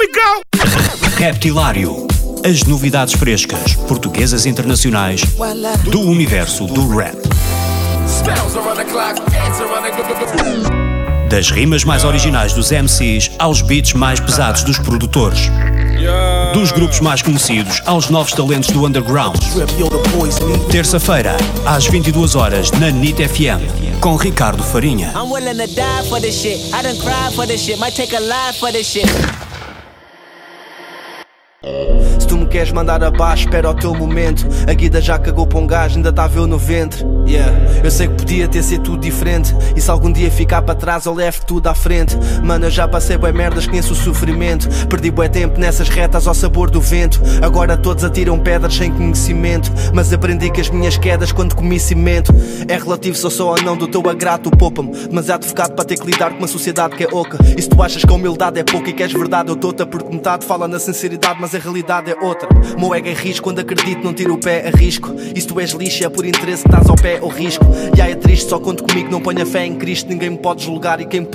we go! Reptilário. As novidades frescas, portuguesas e internacionais, do universo do rap. Das rimas mais originais dos MCs aos beats mais pesados dos produtores. Dos grupos mais conhecidos aos novos talentos do underground. Terça-feira, às 22 horas, na NIT FM, com Ricardo Farinha. I'm willing to die for this shit. I done cried for this shit. Might take a life for this shit. Se tu me queres mandar abaixo, espera o teu momento. A guida já cagou para um gajo, ainda está eu no ventre. Eu sei que podia ter sido tudo diferente. E se algum dia ficar para trás, eu levo tudo à frente. Mano, eu já passei bué merdas, conheço o sofrimento. Perdi bué tempo nessas retas ao sabor do vento. Agora todos atiram pedras sem conhecimento. Mas aprendi que as minhas quedas quando comi cimento. É relativo se eu sou ou não do teu agrado, poupa-me. Demasiado focado para ter que lidar com uma sociedade que é oca. E se tu achas que a humildade é pouca e queres verdade, eu dou-te. Porque metade fala na sinceridade, mas a realidade é outra. Meu ego é risco, quando acredito não tiro o pé a risco. E se tu és lixo é por interesse que estás ao pé ou risco. E aí é triste, só conto comigo, não ponho a fé em Cristo. Ninguém me pode julgar e quem me